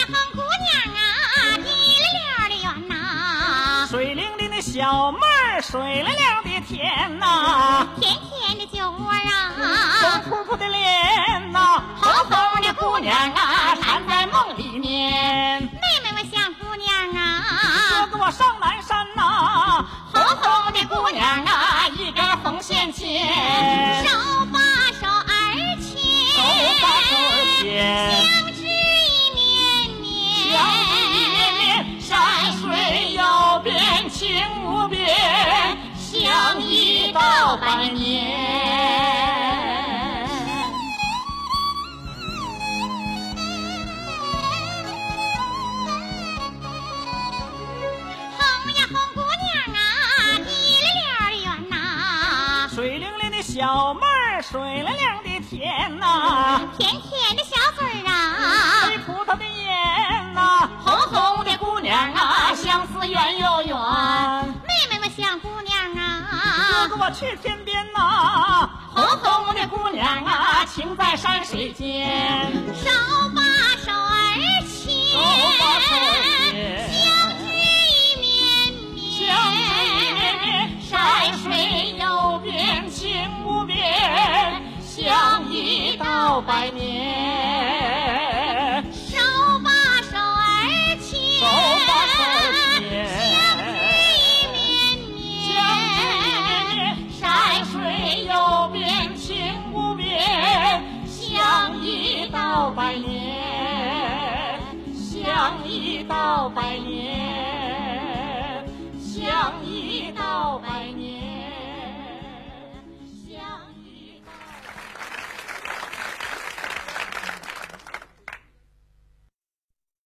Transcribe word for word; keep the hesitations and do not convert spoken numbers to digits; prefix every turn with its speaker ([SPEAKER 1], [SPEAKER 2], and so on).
[SPEAKER 1] 红姑娘啊，滴溜溜的圆呐，
[SPEAKER 2] 水灵灵的小妹儿，水灵灵的甜呐，
[SPEAKER 1] 甜甜的酒窝啊，
[SPEAKER 2] 红扑扑的脸呐，红红的姑娘啊，缠在梦里面。
[SPEAKER 1] 妹妹我小姑娘啊，
[SPEAKER 2] 哥哥我上南山呐，红红的姑娘啊，一根红线牵，
[SPEAKER 1] 手把手儿牵，
[SPEAKER 2] 手把手儿牵，
[SPEAKER 1] 相知意绵绵，
[SPEAKER 2] 相知意绵绵，山水有变情无边，相依到百年。小妹儿水灵灵的甜呐，甜甜的小嘴儿啊，黑葡萄的眼呐，红红的姑娘啊，相思远又远。妹妹们小姑娘啊，哥哥我去天边呐，红红的姑娘啊，情在山水间，手把手儿牵，手把手儿牵，相知意绵绵，相知意绵绵，山水有变情无边，相依到百年。手把手儿牵，手把手儿牵，相知意绵绵，山水有变情无边，相依到百年，相依到百年。